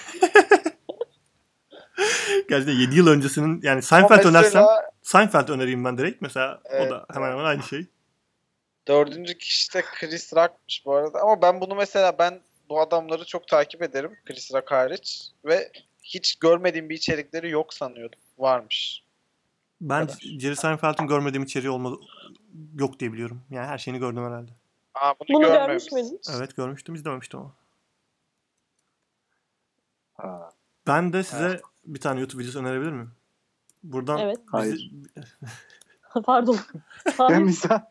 Gerçekten 7 yıl öncesinin, yani Ama Seinfeld mesela önersem Seinfeld önereyim ben direkt. Mesela Evet, o da hemen hemen aynı şey. 4. kişi de Chris Rock'mış bu arada. Ama ben bunu mesela bu adamları çok takip ederim. Chris Rock hariç. Ve hiç görmediğim bir içerikleri yok sanıyordum. Varmış. Ben kadar. Jerry Seinfeld'in görmediğim içeriği yok diye biliyorum. Yani her şeyini gördüm herhalde. Bunu Bunu görmüş görmemişsin. müydün? Evet görmüştüm, izlememiştim ama. Ha. Ben de size bir tane YouTube videosu önerebilir miyim? Buradan Evet. Hayır. Pardon. Ya Hayır. Nisan.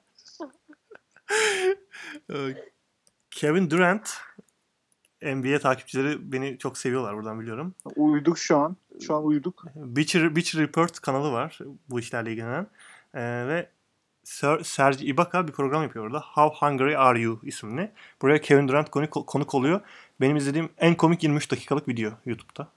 Kevin Durant, NBA takipçileri beni çok seviyorlar, buradan biliyorum. Uyuduk şu an. Şu an uyuduk. Beach Report kanalı var bu işlerle ilgilenen. Ve Serge Ibaka bir program yapıyor orada. How Hungry Are You isimli. Buraya Kevin Durant konuk oluyor. Benim izlediğim en komik 23 dakikalık video YouTube'da.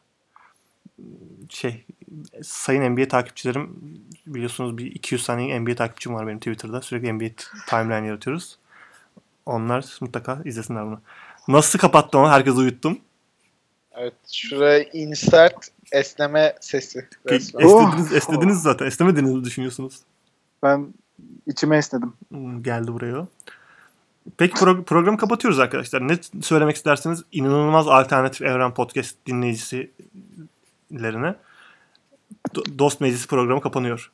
Sayın NBA takipçilerim, biliyorsunuz bir 200 tane NBA takipçim var benim Twitter'da. Sürekli NBA timeline yaratıyoruz. Onlar mutlaka izlesinler bunu. Nasıl kapattım ama herkesi uyuttum. Evet. Şuraya insert esneme sesi. resmen. Esnediniz zaten. Esnemediğinizi düşünüyorsunuz. Ben içime esnedim. Geldi buraya o. Peki programı kapatıyoruz arkadaşlar. Ne söylemek isterseniz inanılmaz alternatif evren podcast dinleyicilerine Dost Meclisi programı kapanıyor.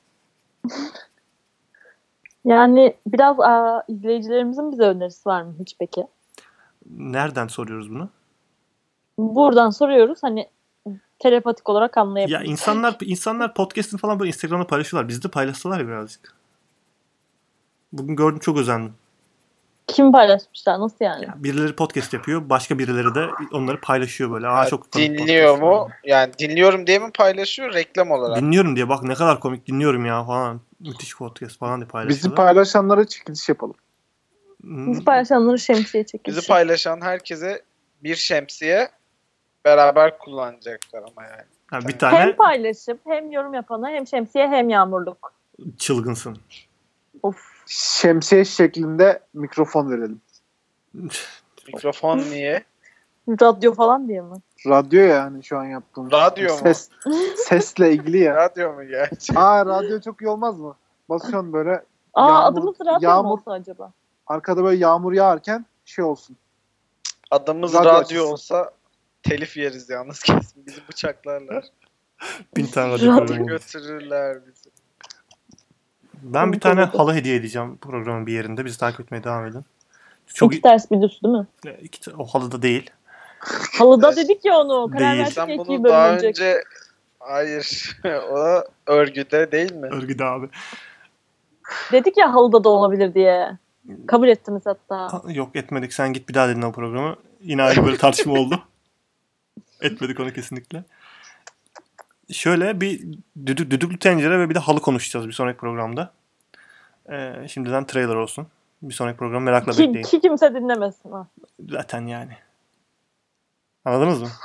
Yani biraz izleyicilerimizin bize önerisi var mı hiç peki? Nereden soruyoruz bunu? Buradan soruyoruz, hani telepatik olarak Ya anlayabiliriz. insanlar podcast'ını falan böyle Instagram'da paylaşıyorlar. Biz de paylaşsalar ya birazcık. Bugün gördüm, çok özendim. Kim paylaşmışlar? Nasıl yani? Ya birileri podcast yapıyor. Başka birileri de onları paylaşıyor böyle. Ya Çok komik dinliyor podcast mu? falan. Yani dinliyorum diye mi paylaşıyor reklam olarak? Dinliyorum diye, bak ne kadar komik, dinliyorum ya falan. Müthiş podcast falan diye Bizi paylaşıyorlar. paylaşanlara çekiliş yapalım. Biz paylaşanları şemsiye çekilişi. Bizi paylaşan herkese bir şemsiye beraber kullanacaklar ama yani. Ha, bir Hem tane paylaşıp hem yorum yapana hem şemsiye hem yağmurluk. çılgınsın. Of. Şemsiye şeklinde mikrofon verelim. Mikrofon niye? Radyo falan diye mi? Radyo yani şu an yaptığım. Radyo mu? Sesle ilgili ya. Radyo mu gerçi? Radyo çok iyi olmaz mı? Basıyorsun böyle. Adımız radyo mu olsa acaba? Arkada böyle yağmur yağarken şey olsun. Adımız Radyo radyo açılsın. olsa telif yeriz yalnız kesin. Bizi bıçaklarlar. 1000 tane radyo programı. Götürürler bizi. Ben bir Komik tane olurdu. halı hediye edeceğim programın bir yerinde. Bizi takip etmeye devam edin. Çok İki ters videosu değil mi? o halıda değil. Halıda dedik ya onu. Karar Değil. verdik ya Sen ikiye bunu daha bölünecek. önce... Hayır. O örgüde değil mi? Örgüde abi. Dedik ya halıda da olabilir diye. Kabul ettiniz hatta. Yok etmedik. Sen git bir daha dedin o programı. Yine aynı böyle tartışma oldu. Etmedik onu kesinlikle. Şöyle bir düdüklü tencere ve bir de halı konuşacağız bir sonraki programda. Şimdiden trailer olsun. Bir sonraki programı merakla bekleyin. Ki kimse dinlemesin. Ha. Zaten yani. Anladınız mı?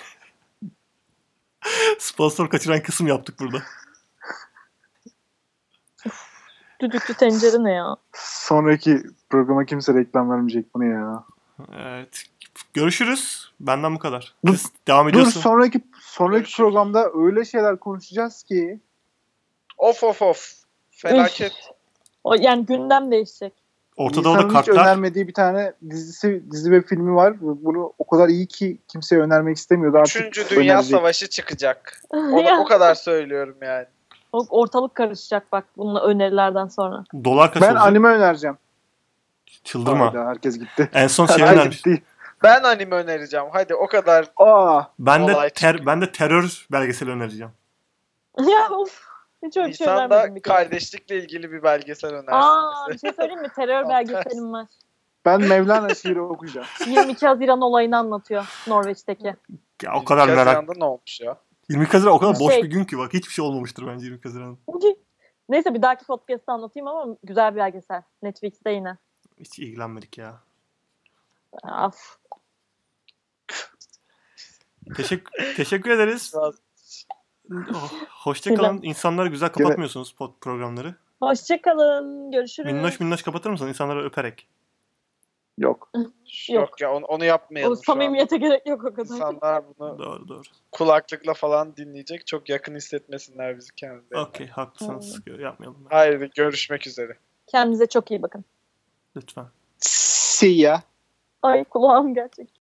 Sponsor kaçıran kısım yaptık burada. Düdüklü tencere ne ya? Sonraki programa kimse reklam vermeyecek bunu ya. Evet. Görüşürüz. Benden bu kadar. Dur- Siz devam Dur ediyorsun. sonraki Görüşürüz. programda öyle şeyler konuşacağız ki. Of. Felaket. O, yani gündem değişecek. Ortada orada İnsanın hiç kartlar. önermediği bir tane dizi ve filmi var. Bunu o kadar iyi ki kimseye önermek istemiyordu. Artık Üçüncü Dünya önerecek. Savaşı çıkacak. Ya, O kadar söylüyorum yani. ortalık karışacak bak bununla önerilerden sonra. Dolar kaç Ben olacak? anime önereceğim. Çıldırma. Hayda, herkes gitti. En son şey Herkes önermiş. gitti. Ben anime önereceğim. Hadi o kadar. Ben Olay de terör belgeseli önereceğim. Ya of. Hiç öyle bir şey Nisan önermedim da bir kere. kardeşlikle ilgili bir belgesel önersin. Aa bir bize. şey söyleyeyim mi? Terör belgeselim var. Ben Mevlana şiiri okuyacağım. 22 Haziran olayını anlatıyor Norveç'teki. Ya o kadar 22 merak. Haziran'da ne olmuş ya? 20 Haziran o kadar boş Şey- bir gün ki bak hiçbir şey olmamıştır bence 20 Haziran. Neyse bir dahaki podcast'ta anlatayım ama güzel bir belgesel. Netflix'te yine. Hiç ilgilenmedik ya. Af. Teşekkür ederiz. Hoşça kalın. İnsanları güzel kapatmıyorsunuz programları. Hoşçakalın. Görüşürüz. Minnoş kapatır mısın insanları öperek? Yok. Yok ya onu yapmayalım O şu an. samimiyete gerek yok o kadar. İnsanlar bunu Doğru. kulaklıkla falan dinleyecek. Çok yakın hissetmesinler bizi kendilerine. Okey haklısınız. Yapmayalım. Haydi görüşmek üzere. Kendinize çok iyi bakın. Lütfen. See ya. Ay kulağım gerçek.